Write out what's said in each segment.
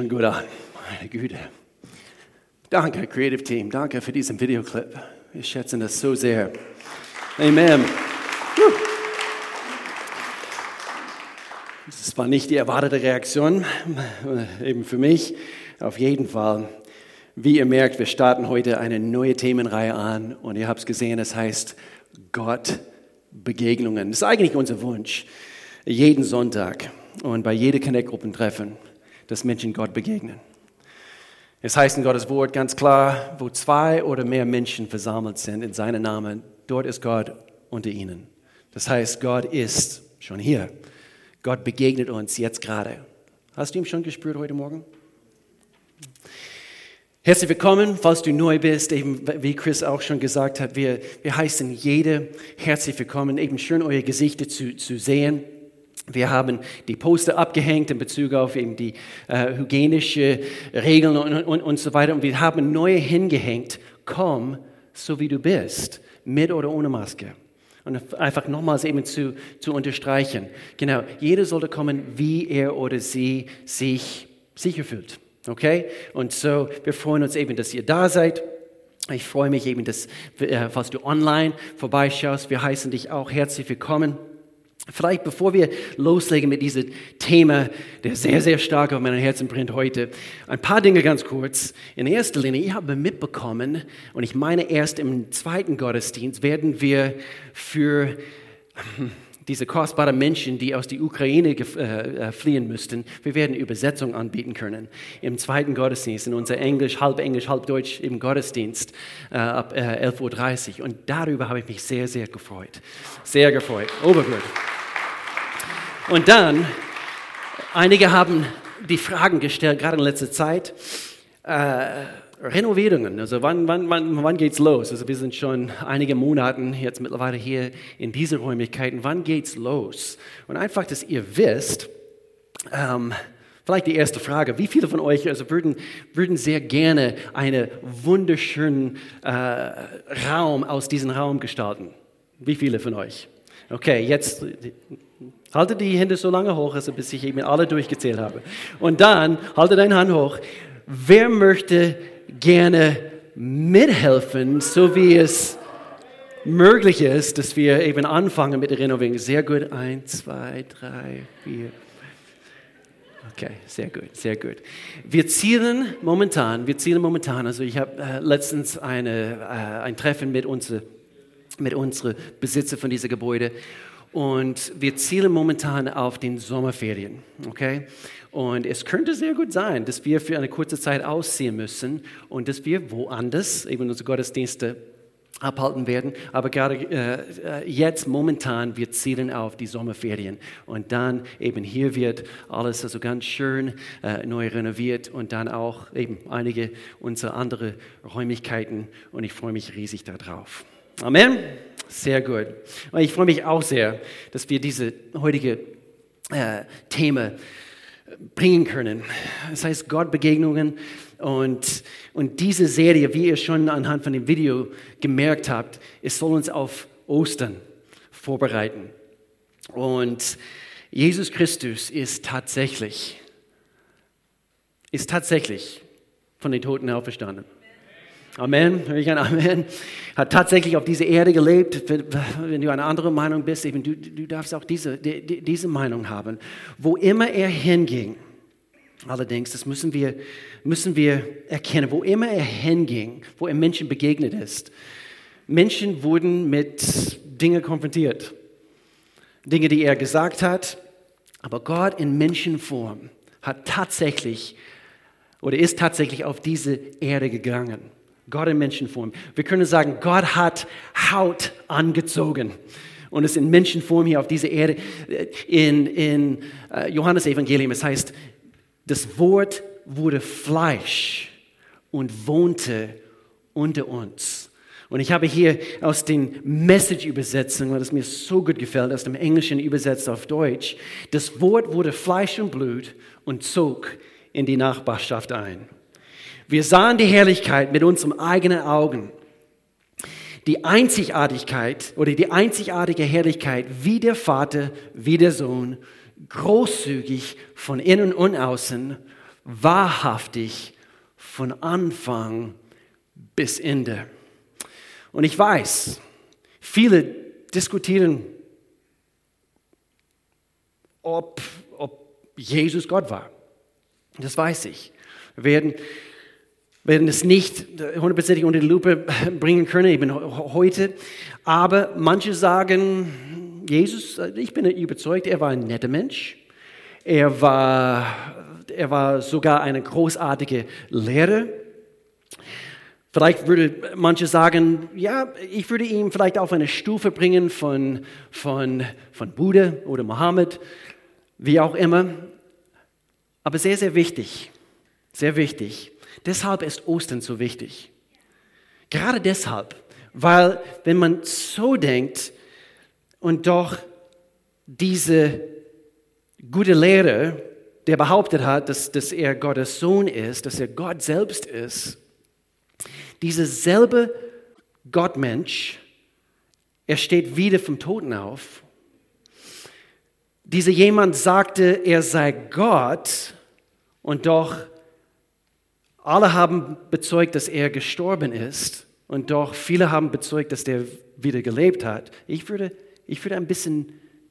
schon gut an. Meine Güte. Danke, Creative Team. Danke für diesen Videoclip. Wir schätzen das so sehr. Amen. Das war nicht die erwartete Reaktion, eben für mich. Auf jeden Fall. Wie ihr merkt, wir starten heute eine neue Themenreihe an und ihr habt es gesehen, es heißt Gott Begegnungen. Das ist eigentlich unser Wunsch. Jeden Sonntag und bei jedem Connect-Gruppentreffen, dass Menschen Gott begegnen. Es heißt in Gottes Wort ganz klar, wo 2 oder mehr Menschen versammelt sind in seinem Namen, dort ist Gott unter ihnen. Das heißt, Gott ist schon hier. Gott begegnet uns jetzt gerade. Hast du ihn schon gespürt heute Morgen? Herzlich willkommen, falls du neu bist, eben wie Chris auch schon gesagt hat, wir heißen jede herzlich willkommen, eben schön eure Gesichter zu sehen. Wir haben die Poster abgehängt in Bezug auf eben die hygienische Regeln und so weiter. Und wir haben neue hingehängt. Komm, so wie du bist, mit oder ohne Maske. Und einfach nochmals eben zu unterstreichen. Genau, jeder sollte kommen, wie er oder sie sich sicher fühlt. Okay? Und so, wir freuen uns eben, dass ihr da seid. Ich freue mich eben, dass, falls du online vorbeischaust, wir heißen dich auch herzlich willkommen. Vielleicht bevor wir loslegen mit diesem Thema, der sehr, sehr stark auf meinem Herzen brennt heute, ein paar Dinge ganz kurz. In erster Linie, ich habe mitbekommen, und ich meine erst im zweiten Gottesdienst, werden wir für diese kostbaren Menschen, die aus der Ukraine fliehen müssten, wir werden Übersetzung anbieten können. Im zweiten Gottesdienst, in unser Englisch, halb Deutsch im Gottesdienst ab 11.30 Uhr. Und darüber habe ich mich sehr, sehr gefreut. Sehr gefreut. Obergut. Und dann, einige haben die Fragen gestellt, gerade in letzter Zeit, Renovierungen, also wann geht's los? Also wir sind schon einige Monate jetzt mittlerweile hier in diesen Räumlichkeiten. Wann geht's los? Und einfach, dass ihr wisst, vielleicht die erste Frage, wie viele von euch also würden sehr gerne einen wunderschönen Raum aus diesem Raum gestalten? Wie viele von euch? Okay, jetzt haltet die Hände so lange hoch, also bis ich eben alle durchgezählt habe. Und dann haltet deine Hand hoch. Wer möchte gerne mithelfen, so wie es möglich ist, dass wir eben anfangen mit der Renovierung? Sehr gut. 1, 2, 3, 4. Okay, sehr gut, sehr gut. Wir zielen momentan, also ich habe letztens ein Treffen mit unseren Besitzer von diesem Gebäude und wir zielen momentan auf den Sommerferien, okay? Und es könnte sehr gut sein, dass wir für eine kurze Zeit ausziehen müssen und dass wir woanders eben unsere Gottesdienste abhalten werden. Aber gerade jetzt momentan, wir zielen auf die Sommerferien. Und dann eben hier wird alles also ganz schön neu renoviert und dann auch eben einige unserer anderen Räumlichkeiten. Und ich freue mich riesig darauf. Amen. Sehr gut. Und ich freue mich auch sehr, dass wir diese heutige Thema bringen können. Das heißt Gottbegegnungen und diese Serie, wie ihr schon anhand von dem Video gemerkt habt, es soll uns auf Ostern vorbereiten. Und Jesus Christus ist tatsächlich von den Toten auferstanden. Amen, höre ich ein Amen. Hat tatsächlich auf dieser Erde gelebt. Wenn du eine andere Meinung bist, eben du darfst auch diese Meinung haben. Wo immer er hinging, allerdings, das müssen wir erkennen, wo immer er hinging, wo er Menschen begegnet ist, Menschen wurden mit Dingen konfrontiert. Dinge, die er gesagt hat, aber Gott in Menschenform ist tatsächlich auf diese Erde gegangen. Gott in Menschenform. Wir können sagen, Gott hat Haut angezogen und ist in Menschenform hier auf dieser Erde. In Johannes Evangelium, es heißt, das Wort wurde Fleisch und wohnte unter uns. Und ich habe hier aus den Message-Übersetzungen, weil das mir so gut gefällt, aus dem Englischen übersetzt auf Deutsch, das Wort wurde Fleisch und Blut und zog in die Nachbarschaft ein. Wir sahen die Herrlichkeit mit unseren eigenen Augen. Die Einzigartigkeit oder die einzigartige Herrlichkeit, wie der Vater, wie der Sohn, großzügig von innen und außen, wahrhaftig von Anfang bis Ende. Und ich weiß, viele diskutieren, ob Jesus Gott war. Das weiß ich. Wir werden es nicht hundertprozentig unter die Lupe bringen können, eben heute. Aber manche sagen, Jesus, ich bin überzeugt, er war ein netter Mensch. Er war sogar eine großartige Lehrer. Vielleicht würde manche sagen, ja, ich würde ihn vielleicht auf eine Stufe bringen von Buddha oder Mohammed, wie auch immer. Aber sehr, sehr wichtig, sehr wichtig. Deshalb ist Ostern so wichtig. Gerade deshalb, weil wenn man so denkt und doch diese gute Lehrer, der behauptet hat, dass er Gottes Sohn ist, dass er Gott selbst ist, dieser selbe Gottmensch, er steht wieder vom Toten auf. Dieser jemand sagte, er sei Gott und doch alle haben bezeugt, dass er gestorben ist und doch viele haben bezeugt, dass er wieder gelebt hat. Ich würde ein bisschen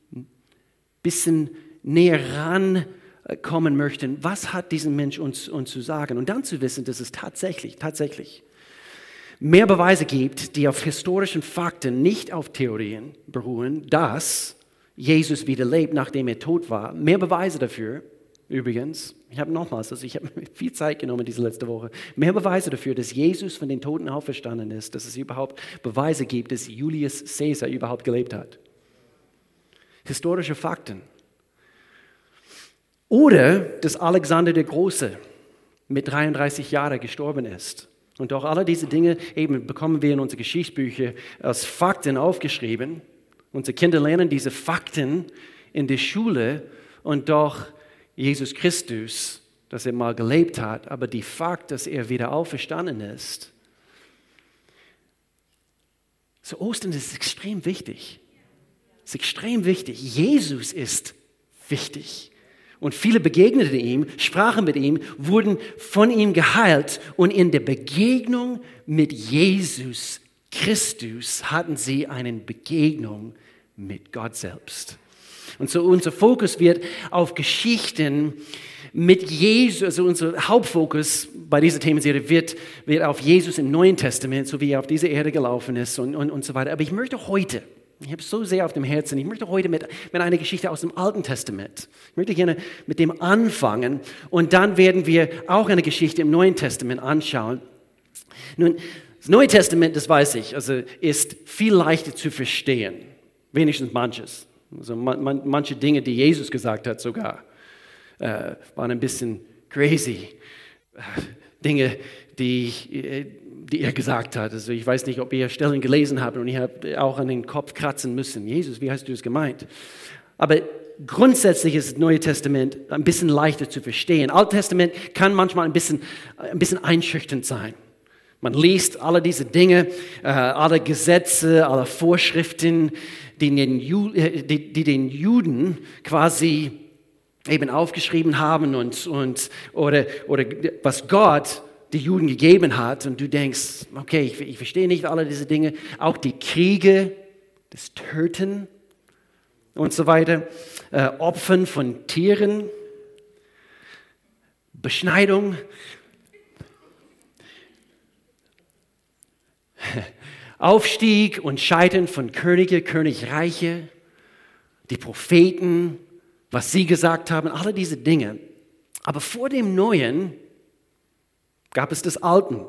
näher rankommen möchten. Was hat diesen Mensch uns zu sagen? Und dann zu wissen, dass es tatsächlich mehr Beweise gibt, die auf historischen Fakten, nicht auf Theorien beruhen, dass Jesus wieder lebt, nachdem er tot war. Mehr Beweise dafür, übrigens. Ich habe mir viel Zeit genommen diese letzte Woche. Mehr Beweise dafür, dass Jesus von den Toten auferstanden ist, dass es überhaupt Beweise gibt, dass Julius Caesar überhaupt gelebt hat. Historische Fakten. Oder, dass Alexander der Große mit 33 Jahren gestorben ist. Und auch alle diese Dinge eben bekommen wir in unsere Geschichtsbücher als Fakten aufgeschrieben. Unsere Kinder lernen diese Fakten in der Schule und doch Jesus Christus, dass er mal gelebt hat, aber die Fakt, dass er wieder auferstanden ist. So Ostern ist extrem wichtig. Es ist extrem wichtig. Jesus ist wichtig. Und viele begegneten ihm, sprachen mit ihm, wurden von ihm geheilt. Und in der Begegnung mit Jesus Christus hatten sie eine Begegnung mit Gott selbst. Und so unser Fokus wird auf Geschichten mit Jesus, also unser Hauptfokus bei dieser Themenserie wird auf Jesus im Neuen Testament, so wie er auf dieser Erde gelaufen ist und so weiter. Aber ich möchte heute, ich habe es so sehr auf dem Herzen, ich möchte heute mit einer Geschichte aus dem Alten Testament, ich möchte gerne mit dem anfangen und dann werden wir auch eine Geschichte im Neuen Testament anschauen. Nun, das Neue Testament, das weiß ich, also ist viel leichter zu verstehen, wenigstens manches. Also manche Dinge, die Jesus gesagt hat sogar, waren ein bisschen crazy. Dinge, die er gesagt hat. Also ich weiß nicht, ob ihr Stellen gelesen habt und ich habe auch an den Kopf kratzen müssen. Jesus, wie hast du es gemeint? Aber grundsätzlich ist das Neue Testament ein bisschen leichter zu verstehen. Altes Testament kann manchmal ein bisschen einschüchternd sein. Man liest alle diese Dinge, alle Gesetze, alle Vorschriften, die den Juden quasi eben aufgeschrieben haben oder was Gott die Juden gegeben hat. Und du denkst, okay, ich verstehe nicht alle diese Dinge. Auch die Kriege, das Töten und so weiter, Opfern von Tieren, Beschneidung, Aufstieg und Scheitern von Königreiche, die Propheten, was sie gesagt haben, alle diese Dinge. Aber vor dem Neuen gab es das Alte.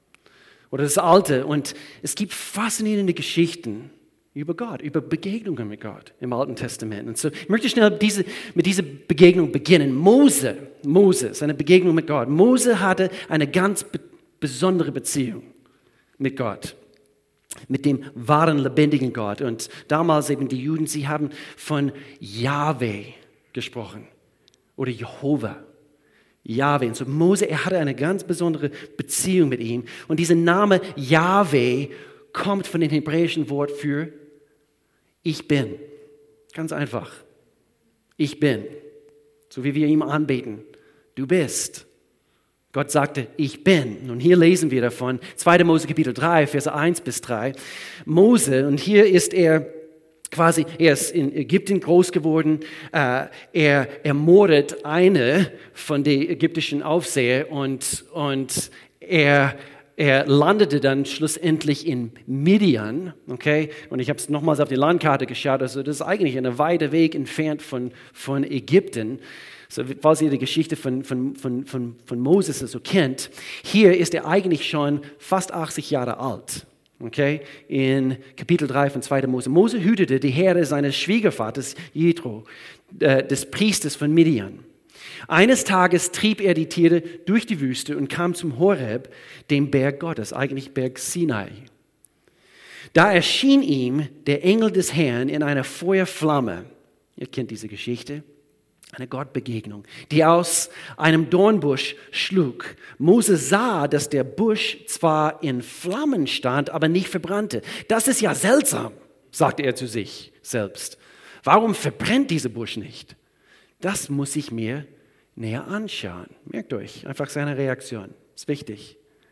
Und es gibt faszinierende Geschichten über Gott, über Begegnungen mit Gott im Alten Testament. Und so, ich möchte schnell mit dieser Begegnung beginnen. Mose, seine Begegnung mit Gott. Mose hatte eine ganz besondere Beziehung mit Gott, mit dem wahren, lebendigen Gott. Und damals eben die Juden, sie haben von Jahwe gesprochen oder Jehova. Jahwe. Und so Mose, er hatte eine ganz besondere Beziehung mit ihm. Und dieser Name Jahwe kommt von dem hebräischen Wort für Ich bin. Ganz einfach. Ich bin. So wie wir ihm anbeten. du bist. Gott sagte, ich bin. Und hier lesen wir davon, 2. Mose Kapitel 3, Verse 1 bis 3. Mose, und hier ist er ist in Ägypten groß geworden. Er ermordet eine von den ägyptischen Aufseher und er landete dann schlussendlich in Midian, okay? Und ich habe es nochmals auf die Landkarte geschaut, also das ist eigentlich ein weiter Weg entfernt von Ägypten. So, falls ihr die Geschichte von Moses so kennt, hier ist er eigentlich schon fast 80 Jahre alt. Okay, in Kapitel 3 von 2. Mose. Mose hütete die Herde seines Schwiegervaters Jethro, des Priesters von Midian. Eines Tages trieb er die Tiere durch die Wüste und kam zum Horeb, dem Berg Gottes, eigentlich Berg Sinai. Da erschien ihm der Engel des Herrn in einer Feuerflamme. Ihr kennt diese Geschichte. Eine Gottbegegnung, die aus einem Dornbusch schlug. Mose sah, dass der Busch zwar in Flammen stand, aber nicht verbrannte. Das ist ja seltsam, sagte er zu sich selbst. Warum verbrennt dieser Busch nicht? Das muss ich mir näher anschauen. Merkt euch einfach seine Reaktion. Ist wichtig.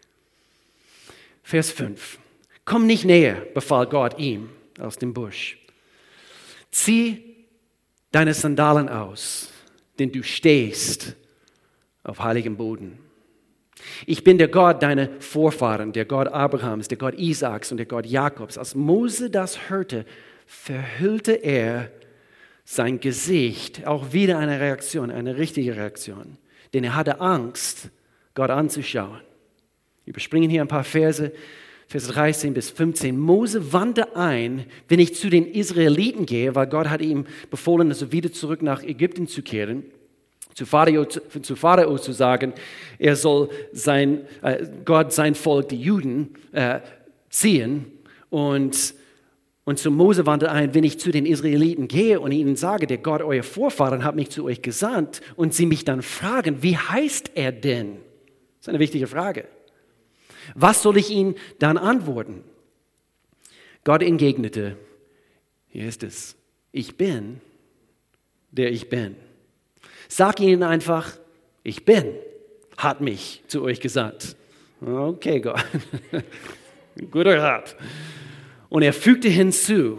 Vers 5. Komm nicht näher, befahl Gott ihm aus dem Busch. Zieh deine Sandalen aus, denn du stehst auf heiligem Boden. Ich bin der Gott deiner Vorfahren, der Gott Abrahams, der Gott Isaaks und der Gott Jakobs. Als Mose das hörte, verhüllte er sein Gesicht. Auch wieder eine Reaktion, eine richtige Reaktion. Denn er hatte Angst, Gott anzuschauen. Wir überspringen hier ein paar Verse. Vers 13 bis 15. Mose wandte ein, wenn ich zu den Israeliten gehe, weil Gott hat ihm befohlen, also wieder zurück nach Ägypten zu kehren, zu Pharao zu sagen, er soll Gott sein Volk, die Juden, ziehen. Und zu Mose wandte ein, wenn ich zu den Israeliten gehe und ihnen sage, der Gott euer Vorfahren hat mich zu euch gesandt, und sie mich dann fragen, wie heißt er denn? Das ist eine wichtige Frage. Was soll ich ihnen dann antworten? Gott entgegnete, hier ist es, ich bin, der ich bin. Sag ihnen einfach, ich bin, hat mich zu euch gesandt. Okay, Gott, guter Rat. Und er fügte hinzu,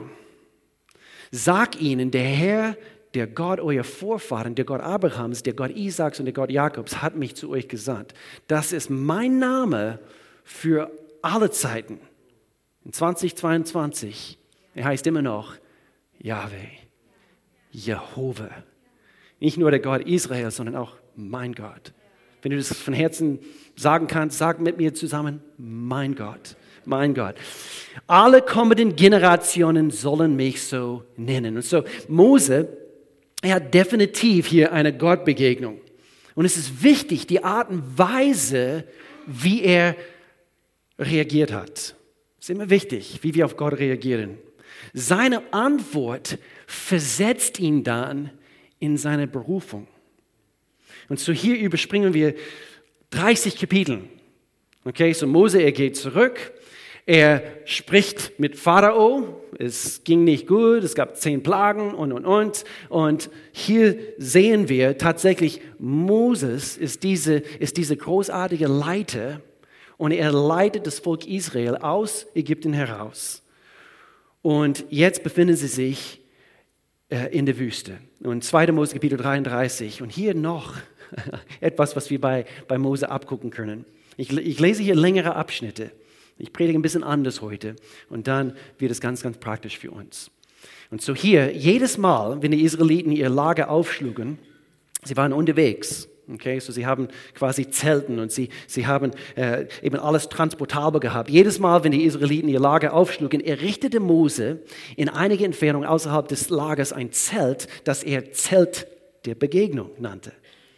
sag ihnen, der Herr, der Gott euer Vorfahren, der Gott Abrahams, der Gott Isaaks und der Gott Jakobs hat mich zu euch gesandt. Das ist mein Name für alle Zeiten. In 2022, er heißt immer noch Yahweh, Jehova. Nicht nur der Gott Israels, sondern auch mein Gott. Wenn du das von Herzen sagen kannst, sag mit mir zusammen, mein Gott, mein Gott. Alle kommenden Generationen sollen mich so nennen. Und so Mose, er hat definitiv hier eine Gottbegegnung. Und es ist wichtig, die Art und Weise, wie er reagiert hat. Es ist immer wichtig, wie wir auf Gott reagieren. Seine Antwort versetzt ihn dann in seine Berufung. Und so hier überspringen wir 30 Kapitel. Okay, so Mose, er geht zurück. Er spricht mit Pharao. Es ging nicht gut. Es gab 10 Plagen und. Und hier sehen wir tatsächlich, Moses ist diese großartige Leiter. Und er leitet das Volk Israel aus Ägypten heraus. Und jetzt befinden sie sich in der Wüste. Und 2. Mose Kapitel 33. Und hier noch etwas, was wir bei Mose abgucken können. Ich lese hier längere Abschnitte. Ich predige ein bisschen anders heute. Und dann wird es ganz, ganz praktisch für uns. Und so hier, jedes Mal, wenn die Israeliten ihr Lager aufschlugen, sie waren unterwegs. Okay, so sie haben quasi Zelten und sie haben eben alles transportabel gehabt. Jedes Mal, wenn die Israeliten ihr Lager aufschlugen, errichtete Mose in einiger Entfernung außerhalb des Lagers ein Zelt, das er Zelt der Begegnung nannte.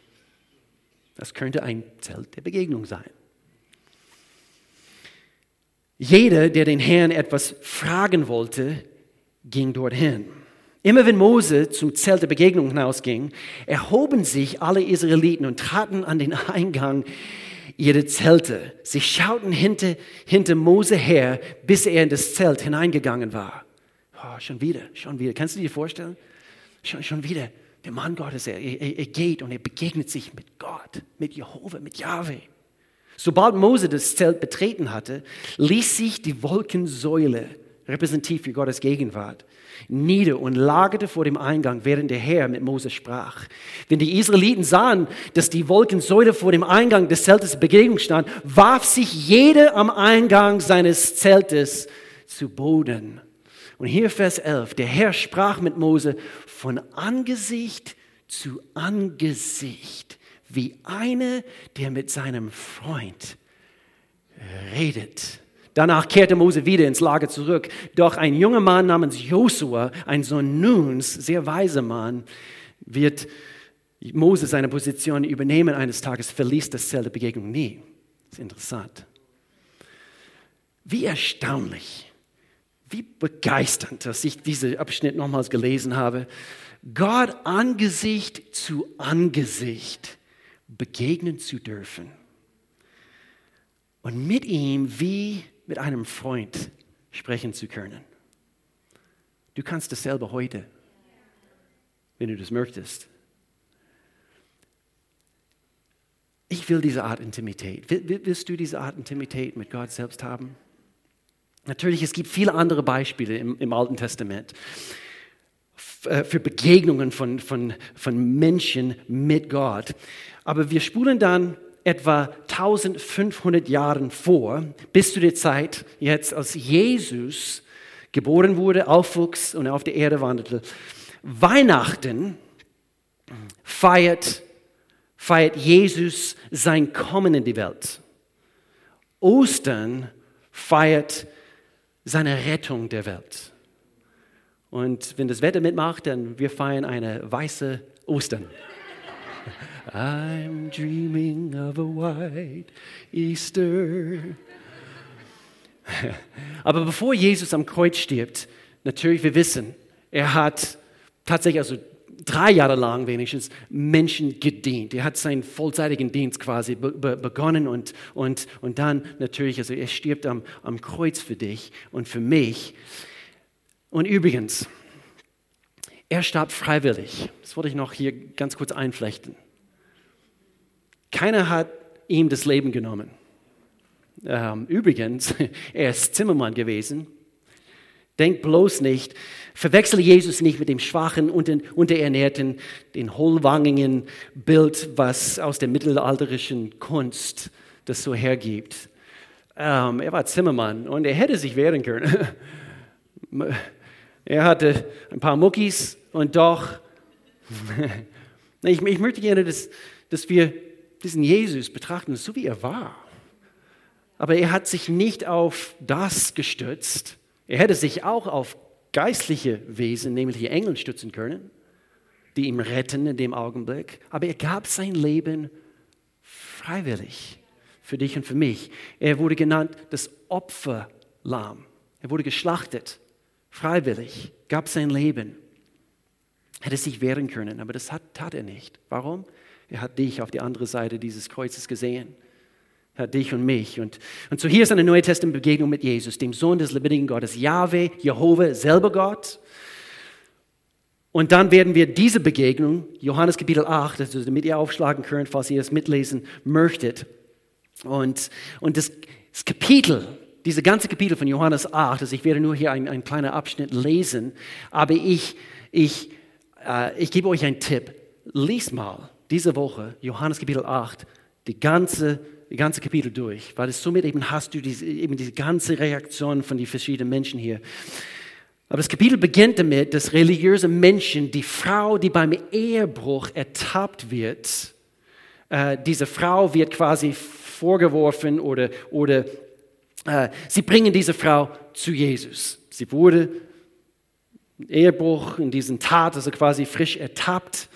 Das könnte ein Zelt der Begegnung sein. Jeder, der den Herrn etwas fragen wollte, ging dorthin. Immer wenn Mose zum Zelt der Begegnung hinausging, erhoben sich alle Israeliten und traten an den Eingang ihrer Zelte. Sie schauten hinter Mose her, bis er in das Zelt hineingegangen war. Oh, schon wieder. Kannst du dir vorstellen? Schon wieder. Der Mann Gottes, er geht und er begegnet sich mit Gott, mit Jehova, mit Jahwe. Sobald Mose das Zelt betreten hatte, ließ sich die Wolkensäule, repräsentativ für Gottes Gegenwart, nieder und lagerte vor dem Eingang, während der Herr mit Mose sprach. Wenn die Israeliten sahen, dass die Wolkensäule vor dem Eingang des Zeltes der Begegnung stand, warf sich jeder am Eingang seines Zeltes zu Boden. Und hier Vers 11, der Herr sprach mit Mose von Angesicht zu Angesicht, wie einer, der mit seinem Freund redet. Danach kehrte Mose wieder ins Lager zurück. Doch ein junger Mann namens Josua, ein Sohn Nuns, sehr weiser Mann, wird Mose seine Position übernehmen eines Tages, verließ das Zelt der Begegnung nie. Das ist interessant. Wie erstaunlich, wie begeisternd, dass ich diesen Abschnitt nochmals gelesen habe. Gott Angesicht zu Angesicht begegnen zu dürfen. Und mit ihm wie mit einem Freund sprechen zu können. Du kannst dasselbe heute, wenn du das möchtest. Ich will diese Art Intimität. Willst du diese Art Intimität mit Gott selbst haben? Natürlich, es gibt viele andere Beispiele im Alten Testament für Begegnungen von Menschen mit Gott. Aber wir spulen dann etwa 1500 Jahren vor, bis zu der Zeit, jetzt als Jesus geboren wurde, aufwuchs und auf der Erde wandelte. Weihnachten feiert Jesus sein Kommen in die Welt. Ostern feiert seine Rettung der Welt. Und wenn das Wetter mitmacht, dann wir feiern eine weiße Ostern. I'm dreaming of a white Easter. Aber bevor Jesus am Kreuz stirbt, natürlich, wir wissen, er hat tatsächlich 3 Jahre lang wenigstens Menschen gedient. Er hat seinen vollzeitigen Dienst quasi begonnen und dann natürlich, er stirbt am Kreuz für dich und für mich. Und übrigens, er starb freiwillig. Das wollte ich noch hier ganz kurz einflechten. Keiner hat ihm das Leben genommen. Übrigens, er ist Zimmermann gewesen. Denk bloß nicht, verwechsle Jesus nicht mit dem schwachen, unterernährten, den hohlwangigen Bild, was aus der mittelalterlichen Kunst das so hergibt. Er war Zimmermann und er hätte sich wehren können. Er hatte ein paar Muckis und doch, ich möchte gerne, dass wir diesen Jesus betrachten, so wie er war. Aber er hat sich nicht auf das gestützt. Er hätte sich auch auf geistliche Wesen, nämlich die Engel, stützen können, die ihn retten in dem Augenblick. Aber er gab sein Leben freiwillig für dich und für mich. Er wurde genannt das Opferlamm. Er wurde geschlachtet, freiwillig, gab sein Leben. Hätte sich wehren können, aber das tat er nicht. Warum? Er hat dich auf die andere Seite dieses Kreuzes gesehen. Er hat dich und mich. Und so hier ist eine Neue Testament Begegnung mit Jesus, dem Sohn des lebendigen Gottes, Jahwe, Jehova, selber Gott. Und dann werden wir diese Begegnung, Johannes Kapitel 8, also damit ihr aufschlagen könnt, falls ihr es mitlesen möchtet. Und das Kapitel, diese ganze Kapitel von Johannes 8, also ich werde nur hier einen kleinen Abschnitt lesen, aber ich gebe euch einen Tipp. Lies mal diese Woche Johannes Kapitel 8, die ganze Kapitel durch, weil somit eben hast du diese ganze Reaktion von den verschiedenen Menschen hier. Aber das Kapitel beginnt damit, dass religiöse Menschen, die Frau, die beim Ehebruch ertappt wird, diese Frau wird quasi vorgeworfen oder sie bringen diese Frau zu Jesus. Sie wurde Ehebruch in diesen Tat, also quasi frisch ertappt.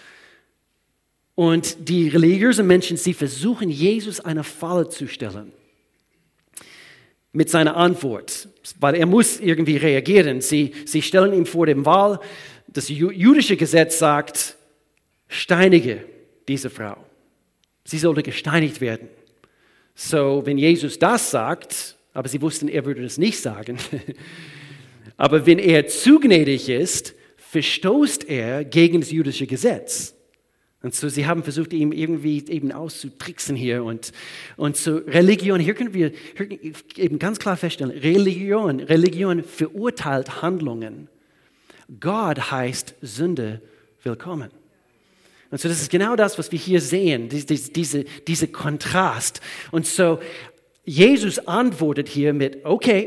Und die religiösen Menschen, sie versuchen, Jesus eine Falle zu stellen mit seiner Antwort, weil er muss irgendwie reagieren. Sie stellen ihm vor dem Wahl, das jüdische Gesetz sagt, steinige diese Frau. Sie sollte gesteinigt werden. So, wenn Jesus das sagt, aber sie wussten, er würde das nicht sagen, aber wenn er zu gnädig ist, verstoßt er gegen das jüdische Gesetz. Und so, sie haben versucht, ihn irgendwie eben auszutricksen hier. Und so Religion, hier können wir eben ganz klar feststellen, Religion verurteilt Handlungen. Gott heißt Sünde willkommen. Und so, das ist genau das, was wir hier sehen, diese Kontrast. Und so, Jesus antwortet hier mit, okay.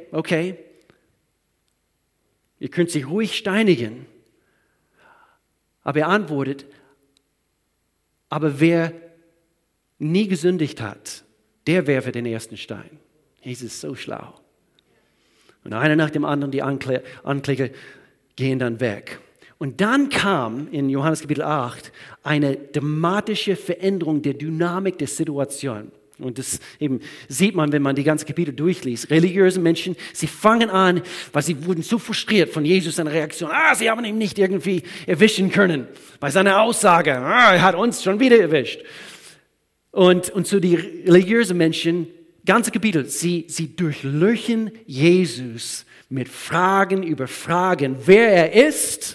Ihr könnt sie ruhig steinigen. Aber er antwortet, aber wer nie gesündigt hat, der werfe den ersten Stein. Jesus ist so schlau. Und einer nach dem anderen, die Ankläger gehen dann weg. Und dann kam in Johannes Kapitel 8 eine dramatische Veränderung der Dynamik der Situation. Und das eben sieht man, wenn man die ganze Kapitel durchliest. Religiöse Menschen, sie fangen an, weil sie wurden so frustriert von Jesus seiner Reaktion. Sie haben ihn nicht irgendwie erwischen können. Bei seiner Aussage, er hat uns schon wieder erwischt. Und so die religiösen Menschen, ganze Kapitel, sie durchlöchern Jesus mit Fragen über Fragen, wer er ist,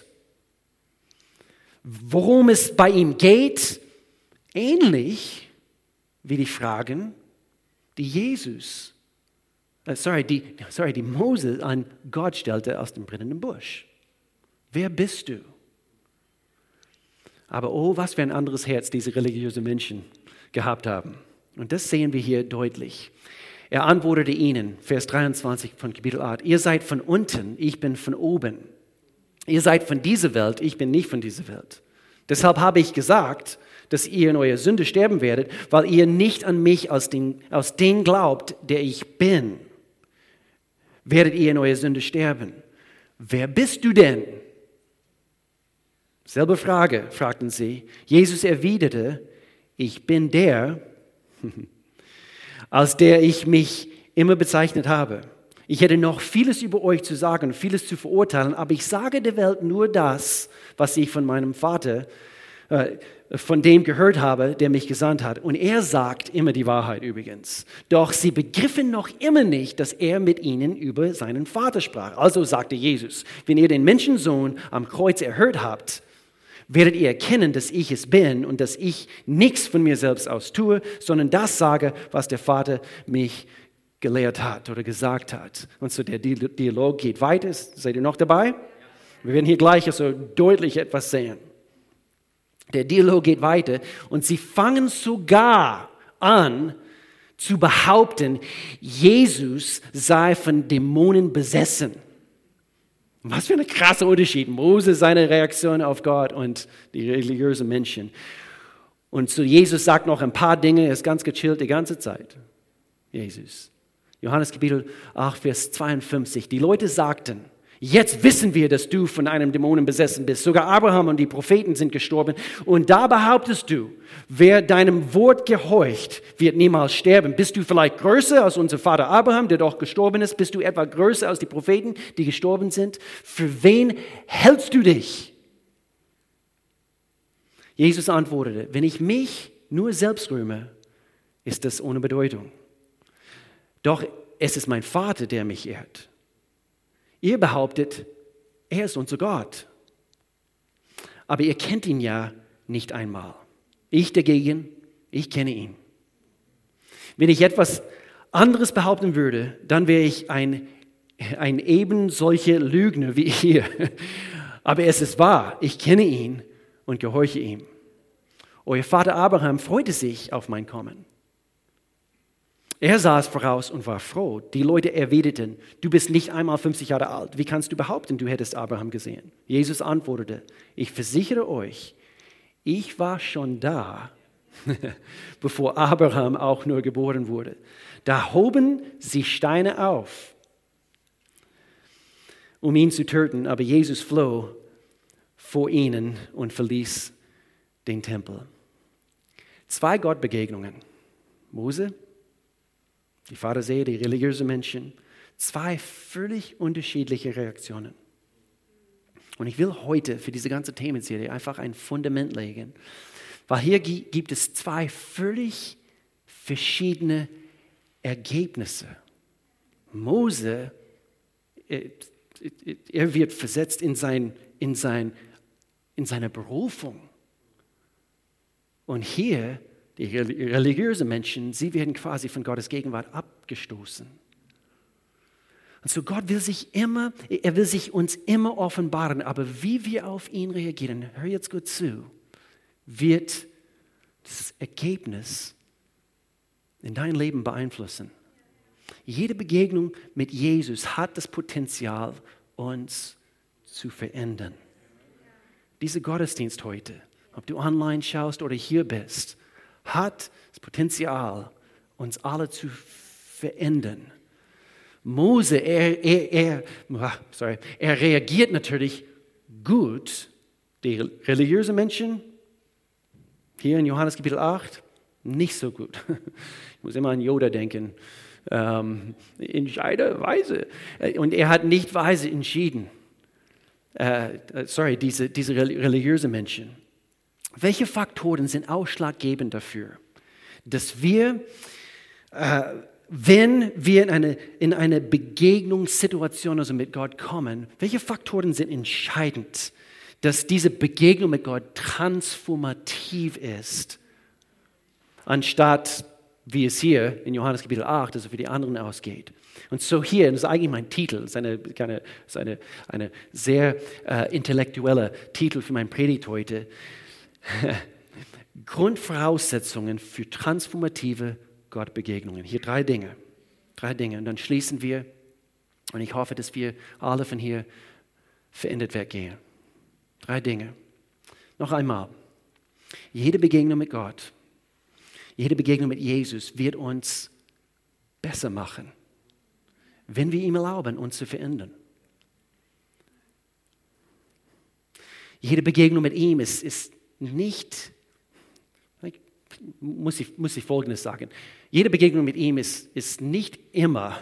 worum es bei ihm geht, ähnlich wie die Fragen, die die Mose an Gott stellte aus dem brennenden Busch. Wer bist du? Aber was für ein anderes Herz diese religiösen Menschen gehabt haben. Und das sehen wir hier deutlich. Er antwortete ihnen, Vers 23 von Kapitel 8, ihr seid von unten, ich bin von oben. Ihr seid von dieser Welt, ich bin nicht von dieser Welt. Deshalb habe ich gesagt, dass ihr in eurer Sünde sterben werdet, weil ihr nicht an mich aus dem glaubt, der ich bin. Werdet ihr in eurer Sünde sterben. Wer bist du denn? Selbe Frage, fragten sie. Jesus erwiderte, ich bin der, als der ich mich immer bezeichnet habe. Ich hätte noch vieles über euch zu sagen, vieles zu verurteilen, aber ich sage der Welt nur das, was ich von meinem Vater, von dem gehört habe, der mich gesandt hat. Und er sagt immer die Wahrheit übrigens. Doch sie begriffen noch immer nicht, dass er mit ihnen über seinen Vater sprach. Also sagte Jesus, wenn ihr den Menschensohn am Kreuz erhört habt, werdet ihr erkennen, dass ich es bin und dass ich nichts von mir selbst aus tue, sondern das sage, was der Vater mich gelehrt hat oder gesagt hat. Und so der Dialog geht weiter. Seid ihr noch dabei? Wir werden hier gleich so deutlich etwas sehen. Der Dialog geht weiter und sie fangen sogar an zu behaupten, Jesus sei von Dämonen besessen. Was für ein krasser Unterschied. Mose, seine Reaktion auf Gott und die religiösen Menschen. Und so Jesus sagt noch ein paar Dinge, er ist ganz gechillt die ganze Zeit. Jesus. Johannes Kapitel 8, Vers 52. Die Leute sagten, jetzt wissen wir, dass du von einem Dämonen besessen bist. Sogar Abraham und die Propheten sind gestorben. Und da behauptest du, wer deinem Wort gehorcht, wird niemals sterben. Bist du vielleicht größer als unser Vater Abraham, der doch gestorben ist? Bist du etwa größer als die Propheten, die gestorben sind? Für wen hältst du dich? Jesus antwortete, wenn ich mich nur selbst rühme, ist das ohne Bedeutung. Doch es ist mein Vater, der mich ehrt. Ihr behauptet, er ist unser Gott. Aber ihr kennt ihn ja nicht einmal. Ich dagegen, ich kenne ihn. Wenn ich etwas anderes behaupten würde, dann wäre ich ein eben solcher Lügner wie ihr. Aber es ist wahr, ich kenne ihn und gehorche ihm. Euer Vater Abraham freute sich auf mein Kommen. Er sah es voraus und war froh. Die Leute erwiderten, du bist nicht einmal 50 Jahre alt. Wie kannst du behaupten, du hättest Abraham gesehen? Jesus antwortete, ich versichere euch, ich war schon da, bevor Abraham auch nur geboren wurde. Da hoben sie Steine auf, um ihn zu töten, aber Jesus floh vor ihnen und verließ den Tempel. 2 Gottbegegnungen. Mose, die Pharisäer, die religiösen Menschen, 2 völlig unterschiedliche Reaktionen. Und ich will heute für diese ganze Themenserie einfach ein Fundament legen, weil hier gibt es 2 völlig verschiedene Ergebnisse. Mose, er wird versetzt in sein seiner Berufung. Und hier, die religiösen Menschen, sie werden quasi von Gottes Gegenwart abgestoßen. Und so Gott will sich uns immer offenbaren, aber wie wir auf ihn reagieren, hör jetzt gut zu, wird das Ergebnis in dein Leben beeinflussen. Jede Begegnung mit Jesus hat das Potenzial, uns zu verändern. Dieser Gottesdienst heute, ob du online schaust oder hier bist, hat das Potenzial, uns alle zu verändern. Mose, er reagiert natürlich gut. Die religiösen Menschen, hier in Johannes Kapitel 8, nicht so gut. Ich muss immer an Yoda denken. Entscheide weise. Und er hat nicht weise entschieden. Diese religiösen Menschen. Welche Faktoren sind ausschlaggebend dafür, dass wir, wenn wir in eine Begegnungssituation also mit Gott kommen, welche Faktoren sind entscheidend, dass diese Begegnung mit Gott transformativ ist, anstatt wie es hier in Johannes Kapitel 8, also für die anderen ausgeht. Und so hier, das ist eigentlich mein Titel, das ist eine sehr intellektuelle Titel für meine Predigt heute. Grundvoraussetzungen für transformative Gottbegegnungen. Hier drei Dinge. Und dann schließen wir und ich hoffe, dass wir alle von hier verändert weggehen. 3 Dinge. Noch einmal. Jede Begegnung mit Gott, jede Begegnung mit Jesus wird uns besser machen, wenn wir ihm erlauben, uns zu verändern. Jede Begegnung mit ihm ist nicht, muss ich Folgendes sagen, jede Begegnung mit ihm ist nicht immer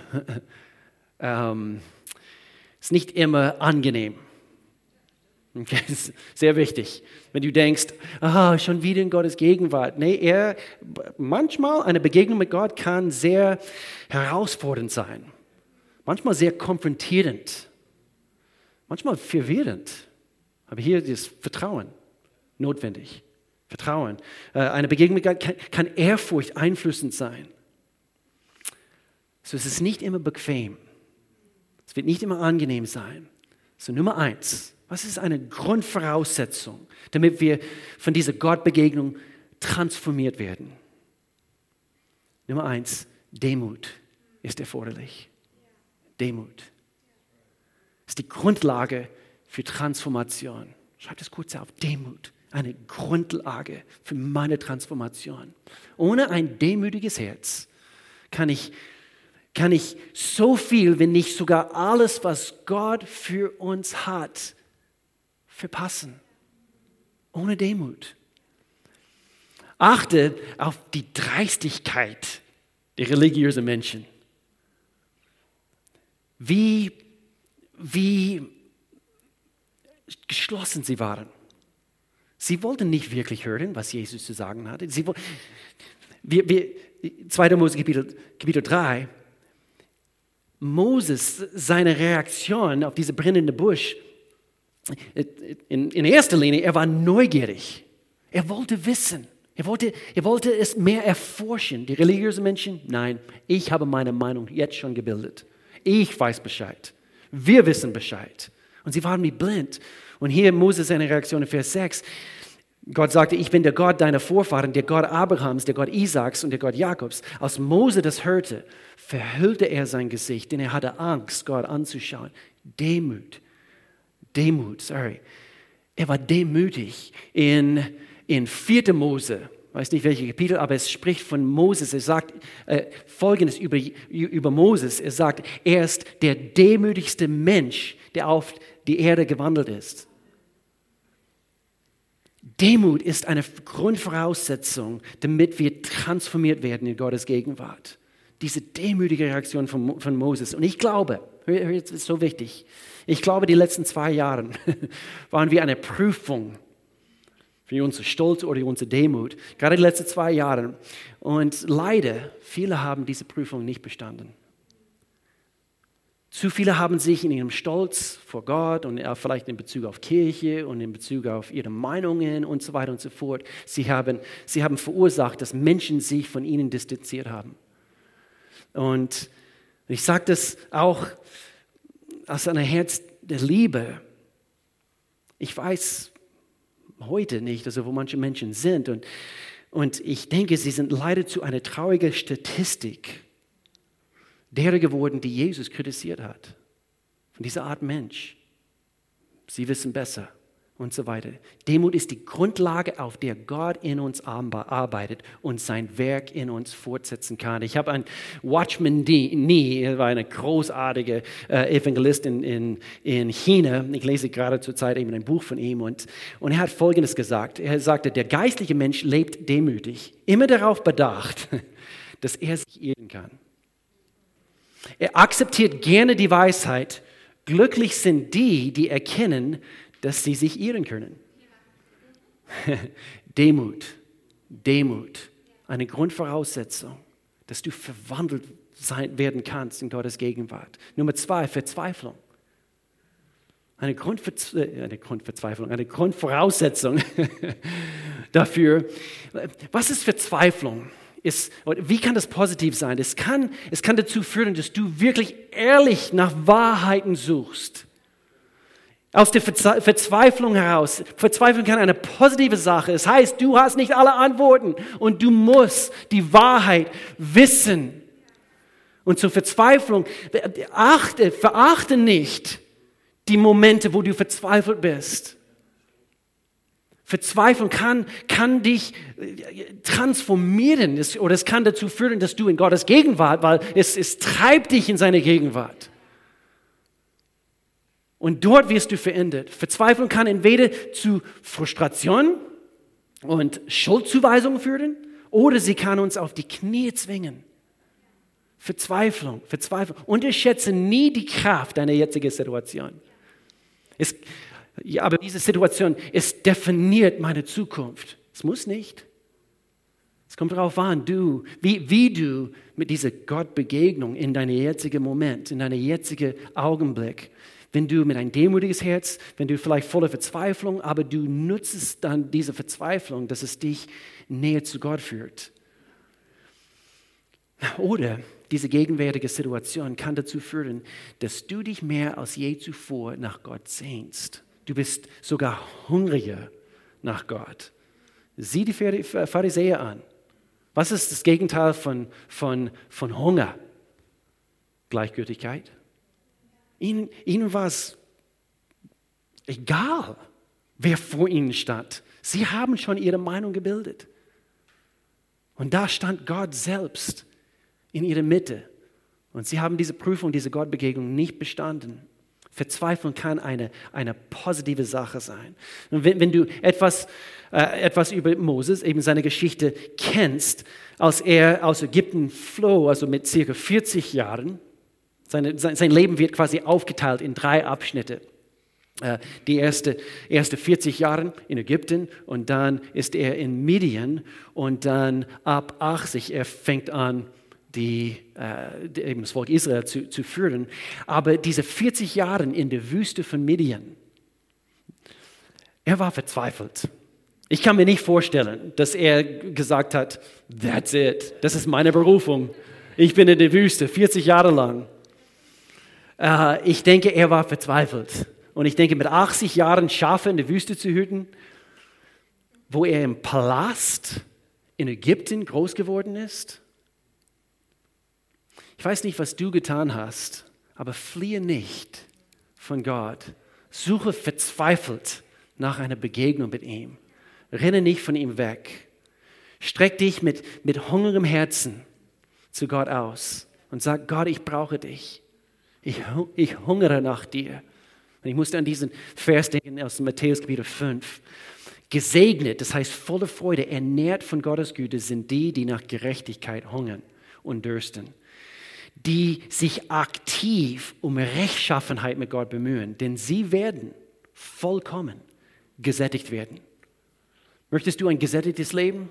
angenehm. Okay, das ist sehr wichtig. Wenn du denkst, schon wieder in Gottes Gegenwart. Nee, manchmal eine Begegnung mit Gott kann sehr herausfordernd sein. Manchmal sehr konfrontierend. Manchmal verwirrend. Aber hier ist Vertrauen notwendig. Vertrauen. Eine Begegnung mit Gott kann Ehrfurcht einflößend sein. So, es ist nicht immer bequem. Es wird nicht immer angenehm sein. So, Nummer 1. Was ist eine Grundvoraussetzung, damit wir von dieser Gottbegegnung transformiert werden? Nummer 1, Demut ist erforderlich. Demut ist die Grundlage für Transformation. Schreib das kurz auf, Demut, eine Grundlage für meine Transformation. Ohne ein demütiges Herz kann ich so viel, wenn nicht sogar alles, was Gott für uns hat, verpassen. Ohne Demut. Achte auf die Dreistigkeit der religiösen Menschen. Wie geschlossen sie waren. Sie wollten nicht wirklich hören, was Jesus zu sagen hatte. 2. Mose Kapitel 3, Moses, seine Reaktion auf diese brennende Busch, in erster Linie, er war neugierig. Er wollte wissen. Er wollte es mehr erforschen. Die religiösen Menschen, nein, ich habe meine Meinung jetzt schon gebildet. Ich weiß Bescheid. Wir wissen Bescheid. Und sie waren wie blind. Und hier Moses seine Reaktion in Vers 6. Gott sagte, ich bin der Gott deiner Vorfahren, der Gott Abrahams, der Gott Isaaks und der Gott Jakobs. Als Mose das hörte, verhüllte er sein Gesicht, denn er hatte Angst, Gott anzuschauen. Demut, Er war demütig. In 4. Mose, weiß nicht welche Kapitel, aber es spricht von Moses. Er sagt Folgendes über Moses. Er sagt, er ist der demütigste Mensch, der auf die Erde gewandelt ist. Demut ist eine Grundvoraussetzung, damit wir transformiert werden in Gottes Gegenwart. Diese demütige Reaktion von Moses. Und ich glaube, jetzt ist so wichtig, ich glaube, die letzten 2 Jahre waren wie eine Prüfung für unseren Stolz oder unsere Demut. Gerade die letzten 2 Jahre. Und leider, viele haben diese Prüfung nicht bestanden. Zu viele haben sich in ihrem Stolz vor Gott und vielleicht in Bezug auf Kirche und in Bezug auf ihre Meinungen und so weiter und so fort, sie haben verursacht, dass Menschen sich von ihnen distanziert haben. Und ich sage das auch aus einem Herz der Liebe. Ich weiß heute nicht, also wo manche Menschen sind und ich denke, sie sind leider zu einer traurigen Statistik derer geworden, die Jesus kritisiert hat. Von dieser Art Mensch. Sie wissen besser und so weiter. Demut ist die Grundlage, auf der Gott in uns arbeitet und sein Werk in uns fortsetzen kann. Ich habe einen Watchman Nee, er war eine großartige Evangelist in China. Ich lese gerade zurzeit eben ein Buch von ihm und er hat Folgendes gesagt. Er sagte, der geistliche Mensch lebt demütig, immer darauf bedacht, dass er sich irren kann. Er akzeptiert gerne die Weisheit. Glücklich sind die, die erkennen, dass sie sich irren können. Demut, eine Grundvoraussetzung, dass du verwandelt werden kannst in Gottes Gegenwart. Nummer 2, Verzweiflung. Eine Grundvoraussetzung dafür. Was ist Verzweiflung? Wie kann das positiv sein? Es kann dazu führen, dass du wirklich ehrlich nach Wahrheiten suchst. Aus der Verzweiflung heraus. Verzweiflung kann eine positive Sache. Das heißt, du hast nicht alle Antworten und du musst die Wahrheit wissen. Und zur Verzweiflung, verachte nicht die Momente, wo du verzweifelt bist. Verzweiflung kann dich transformieren oder es kann dazu führen, dass du in Gottes Gegenwart, weil es treibt dich in seine Gegenwart. Und dort wirst du verändert. Verzweiflung kann entweder zu Frustration und Schuldzuweisung führen oder sie kann uns auf die Knie zwingen. Verzweiflung. Unterschätze nie die Kraft deiner jetzigen Situation. Aber diese Situation, es definiert meine Zukunft. Es muss nicht. Es kommt darauf an, wie du mit dieser Gottbegegnung in deinem jetzigen Moment, in deinem jetzigen Augenblick, wenn du mit einem demütiges Herz, wenn du vielleicht voller Verzweiflung, aber du nutzt dann diese Verzweiflung, dass es dich näher zu Gott führt. Oder diese gegenwärtige Situation kann dazu führen, dass du dich mehr als je zuvor nach Gott sehnst. Du bist sogar hungriger nach Gott. Sieh die Pharisäer an. Was ist das Gegenteil von Hunger? Gleichgültigkeit. Ihnen war es egal, wer vor ihnen stand. Sie haben schon ihre Meinung gebildet. Und da stand Gott selbst in ihrer Mitte. Und sie haben diese Prüfung, diese Gottbegegnung nicht bestanden. Verzweiflung kann eine positive Sache sein. Und wenn du etwas über Moses, eben seine Geschichte kennst, als er aus Ägypten floh, also mit circa 40 Jahren, sein Leben wird quasi aufgeteilt in 3 Abschnitte. Die erste 40 Jahre in Ägypten und dann ist er in Midian und dann ab 80, er fängt an, eben das Volk Israel zu führen. Aber diese 40 Jahre in der Wüste von Midian, er war verzweifelt. Ich kann mir nicht vorstellen, dass er gesagt hat, that's it, das ist meine Berufung. Ich bin in der Wüste 40 Jahre lang. Ich denke, er war verzweifelt. Und ich denke, mit 80 Jahren Schafe in der Wüste zu hüten, wo er im Palast in Ägypten groß geworden ist. Ich weiß nicht, was du getan hast, aber fliehe nicht von Gott. Suche verzweifelt nach einer Begegnung mit ihm. Renne nicht von ihm weg. Streck dich mit hungrigem Herzen zu Gott aus und sag, Gott, ich brauche dich. Ich hungere nach dir. Und ich musste an diesen Vers denken aus Matthäus Kapitel 5. Gesegnet, das heißt voller Freude, ernährt von Gottes Güte sind die, die nach Gerechtigkeit hungern und dürsten. Die sich aktiv um Rechtschaffenheit mit Gott bemühen, denn sie werden vollkommen gesättigt werden. Möchtest du ein gesättigtes Leben?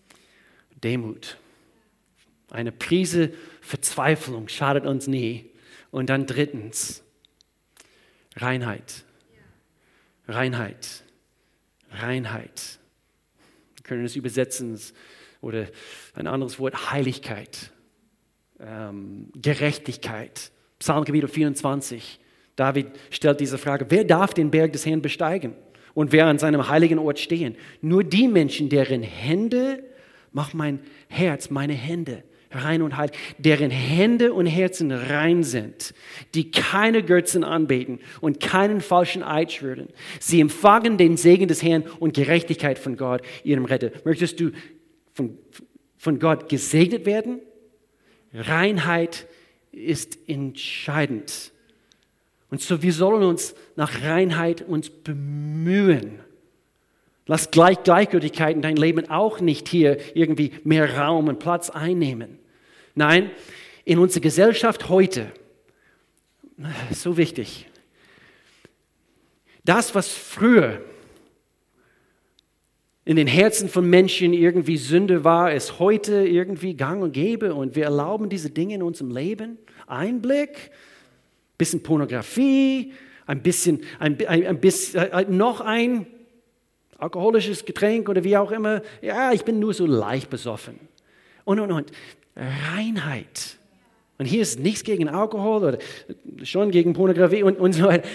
Demut. Eine Prise Verzweiflung schadet uns nie. Und dann drittens, Reinheit. Reinheit. Reinheit. Wir können es übersetzen oder ein anderes Wort, Heiligkeit, Gerechtigkeit. Psalm Kapitel 24. David stellt diese Frage, wer darf den Berg des Herrn besteigen und wer an seinem heiligen Ort stehen? Nur die Menschen, deren Hände, macht mein Herz, meine Hände rein und heilig, deren Hände und Herzen rein sind, die keine Götzen anbeten und keinen falschen Eid schwören. Sie empfangen den Segen des Herrn und Gerechtigkeit von Gott, ihrem Retter. Möchtest du von Gott gesegnet werden? Reinheit ist entscheidend. Und so, wir sollen uns nach Reinheit uns bemühen. Lass Gleichgültigkeit in dein Leben auch nicht hier irgendwie mehr Raum und Platz einnehmen. Nein, in unserer Gesellschaft heute, so wichtig, das, was früher in den Herzen von Menschen irgendwie Sünde war, ist heute irgendwie gang und gäbe und wir erlauben diese Dinge in unserem Leben. Einblick, bisschen Pornografie, ein bisschen noch ein alkoholisches Getränk oder wie auch immer. Ja, ich bin nur so leicht besoffen. Und. Reinheit. Und hier ist nichts gegen Alkohol oder schon gegen Pornografie und so weiter.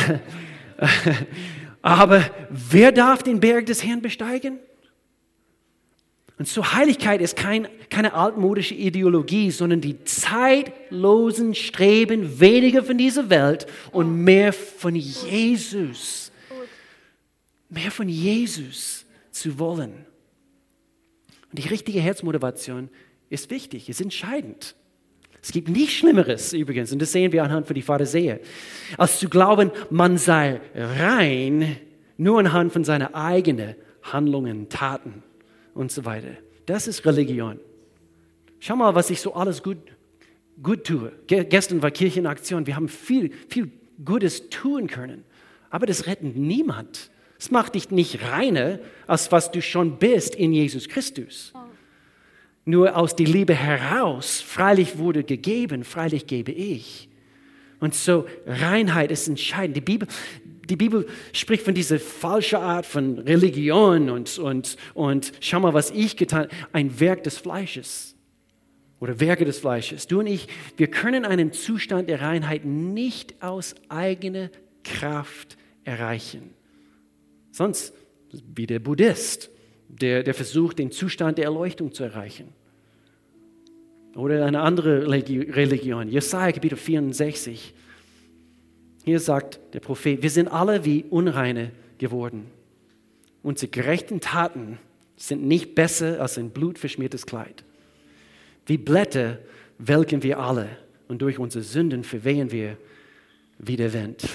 Aber wer darf den Berg des Herrn besteigen? Und so Heiligkeit ist keine altmodische Ideologie, sondern die zeitlosen Streben, weniger von dieser Welt und mehr von Jesus. Mehr von Jesus zu wollen. Und die richtige Herzmotivation ist wichtig, ist entscheidend. Es gibt nichts Schlimmeres übrigens, und das sehen wir anhand von die Pharisäer, als zu glauben, man sei rein, nur anhand von seinen eigenen Handlungen, Taten und so weiter. Das ist Religion. Schau mal, was ich so alles gut tue. Gestern war Kirchenaktion, wir haben viel Gutes tun können, aber das rettet niemand. Es macht dich nicht reiner, als was du schon bist in Jesus Christus. Nur aus der Liebe heraus, freilich wurde gegeben, freilich gebe ich. Und so Reinheit ist entscheidend. Die Bibel spricht von dieser falschen Art von Religion und schau mal, was ich getan habe, ein Werk des Fleisches oder Werke des Fleisches. Du und ich, wir können einen Zustand der Reinheit nicht aus eigener Kraft erreichen. Sonst wie der Buddhist, der versucht, den Zustand der Erleuchtung zu erreichen. Oder eine andere Religion, Jesaja Kapitel 64. Hier sagt der Prophet, wir sind alle wie Unreine geworden. Unsere gerechten Taten sind nicht besser als ein blutverschmiertes Kleid. Wie Blätter welken wir alle und durch unsere Sünden verwehen wir wie der Wind.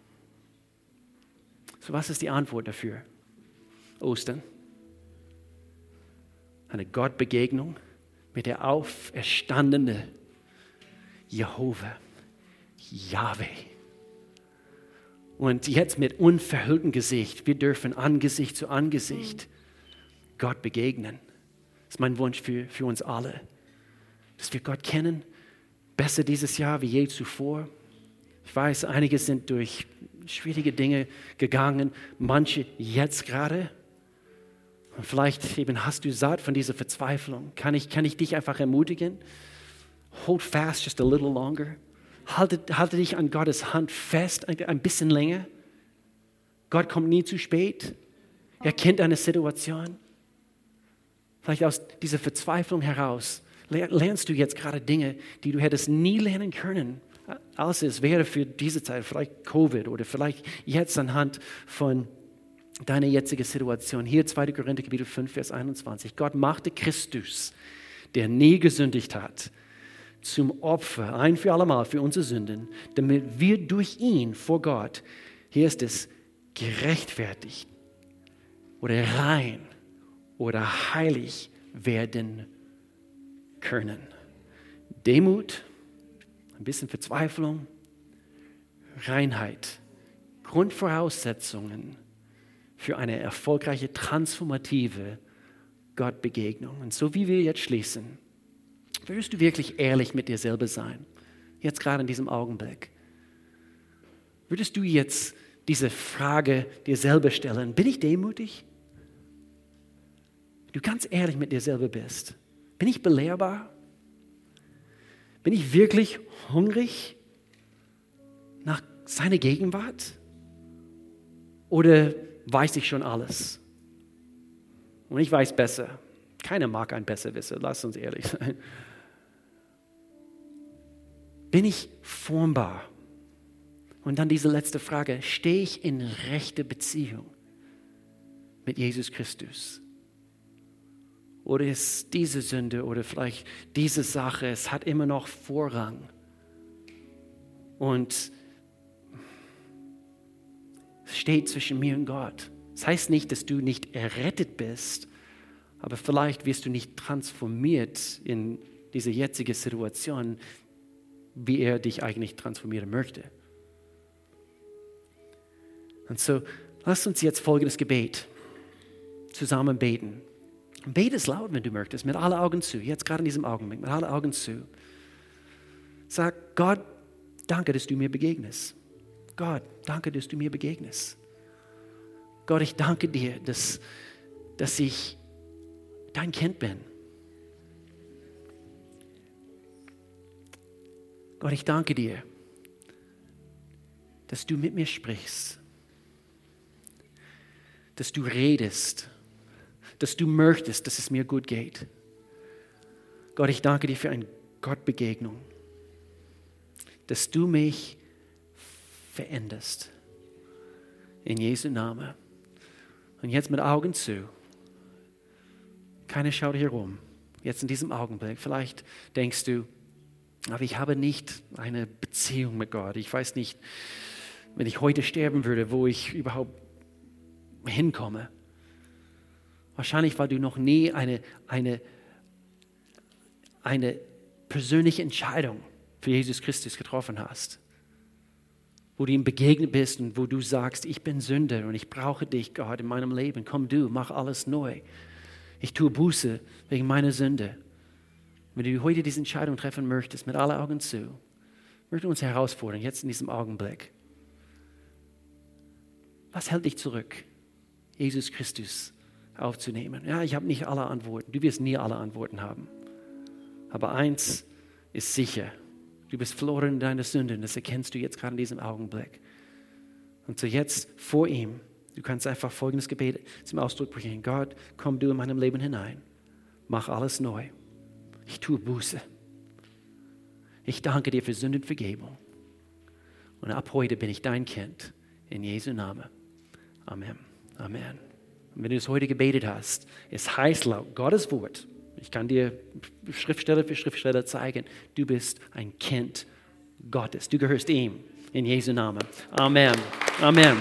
So, was ist die Antwort dafür? Ostern. Eine Gottbegegnung mit der auferstandenen Jehova, Yahweh. Und jetzt mit unverhülltem Gesicht, wir dürfen Angesicht zu Angesicht Gott begegnen. Das ist mein Wunsch für uns alle, dass wir Gott kennen, besser dieses Jahr wie je zuvor. Ich weiß, einige sind durch schwierige Dinge gegangen, manche jetzt gerade. Und vielleicht eben hast du satt von dieser Verzweiflung. Kann ich dich einfach ermutigen? Hold fast just a little longer. Halte dich an Gottes Hand fest, ein bisschen länger. Gott kommt nie zu spät. Er kennt deine Situation. Vielleicht aus dieser Verzweiflung heraus lernst du jetzt gerade Dinge, die du hättest nie lernen können, als es wäre für diese Zeit, vielleicht Covid oder vielleicht jetzt anhand von deiner jetzigen Situation. Hier 2. Korinther Kapitel 5, Vers 21. Gott machte Christus, der nie gesündigt hat, zum Opfer, ein für allemal für unsere Sünden, damit wir durch ihn vor Gott, hier ist es, gerechtfertigt oder rein oder heilig werden können. Demut, ein bisschen Verzweiflung, Reinheit, Grundvoraussetzungen für eine erfolgreiche, transformative Gottbegegnung. Und so wie wir jetzt schließen, würdest du wirklich ehrlich mit dir selber sein? jetzt gerade in diesem Augenblick? Würdest du jetzt diese Frage dir selber stellen, bin ich demütig? Du ganz ehrlich mit dir selber bist. Bin ich belehrbar? Bin ich wirklich hungrig nach seiner Gegenwart? Oder weiß ich schon alles? Und ich weiß besser. Keiner mag ein Besserwisser, lass uns ehrlich sein. Bin ich formbar? Und dann diese letzte Frage, stehe ich in rechter Beziehung mit Jesus Christus? Oder ist diese Sünde oder vielleicht diese Sache, es hat immer noch Vorrang? Und es steht zwischen mir und Gott. Das heißt nicht, dass du nicht errettet bist, aber vielleicht wirst du nicht transformiert in diese jetzige Situation, wie er dich eigentlich transformieren möchte. Und so, lass uns jetzt folgendes Gebet zusammen beten. Bete es laut, wenn du möchtest, mit allen Augen zu, jetzt gerade in diesem Augenblick, mit allen Augen zu. Sag, Gott, danke, dass du mir begegnest. Gott, danke, dass du mir begegnest. Gott, ich danke dir, dass ich dein Kind bin. Gott, ich danke dir, dass du mit mir sprichst, dass du redest, dass du möchtest, dass es mir gut geht. Gott, ich danke dir für eine Gottbegegnung, dass du mich veränderst. In Jesu Namen. Und jetzt mit Augen zu. Keiner schaut hier rum. Jetzt in diesem Augenblick. Vielleicht denkst du, aber ich habe nicht eine Beziehung mit Gott. Ich weiß nicht, wenn ich heute sterben würde, wo ich überhaupt hinkomme. Wahrscheinlich, weil du noch nie eine persönliche Entscheidung für Jesus Christus getroffen hast. Wo du ihm begegnet bist und wo du sagst, ich bin Sünder und ich brauche dich, Gott, in meinem Leben. Komm du, mach alles neu. Ich tue Buße wegen meiner Sünde. Wenn du heute diese Entscheidung treffen möchtest, mit allen Augen zu, möchte uns herausfordern, jetzt in diesem Augenblick. Was hält dich zurück, Jesus Christus aufzunehmen? Ja, ich habe nicht alle Antworten. Du wirst nie alle Antworten haben. Aber eins ist sicher. Du bist verloren in deiner Sünde und das erkennst du jetzt gerade in diesem Augenblick. Und so jetzt vor ihm, du kannst einfach folgendes Gebet zum Ausdruck bringen. Gott, komm du in meinem Leben hinein. Mach alles neu. Ich tue Buße. Ich danke dir für Sündenvergebung. Und ab heute bin ich dein Kind. In Jesu Namen. Amen. Amen. Und wenn du es heute gebetet hast, es heißt laut Gottes Wort, ich kann dir Schriftsteller für Schriftsteller zeigen, du bist ein Kind Gottes. Du gehörst ihm. In Jesu Namen. Amen. Amen.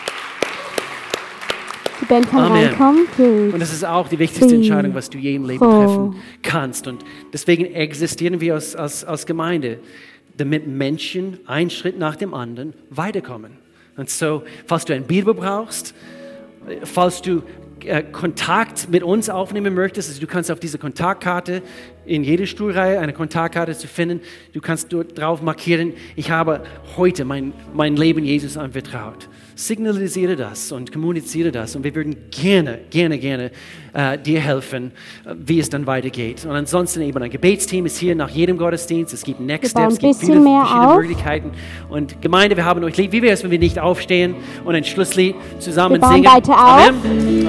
Die Band kann reinkommen. Und das ist auch die wichtigste Entscheidung, was du je im Leben treffen kannst. Und deswegen existieren wir als Gemeinde, damit Menschen einen Schritt nach dem anderen weiterkommen. Und so, falls du eine Bibel brauchst, falls du Kontakt mit uns aufnehmen möchtest, also du kannst auf diese Kontaktkarte in jeder Stuhlreihe eine Kontaktkarte zu finden, du kannst dort drauf markieren, ich habe heute mein Leben Jesus anvertraut. Signalisiere das und kommuniziere das und wir würden gerne dir helfen, wie es dann weitergeht. Und ansonsten eben ein Gebetsteam ist hier nach jedem Gottesdienst, es gibt Next Steps, es gibt viele verschiedene Möglichkeiten. Und Gemeinde, wir haben euch lieb. Wie wäre es, wenn wir nicht aufstehen und ein Schlusslied zusammen singen? Weiter auf. Amen.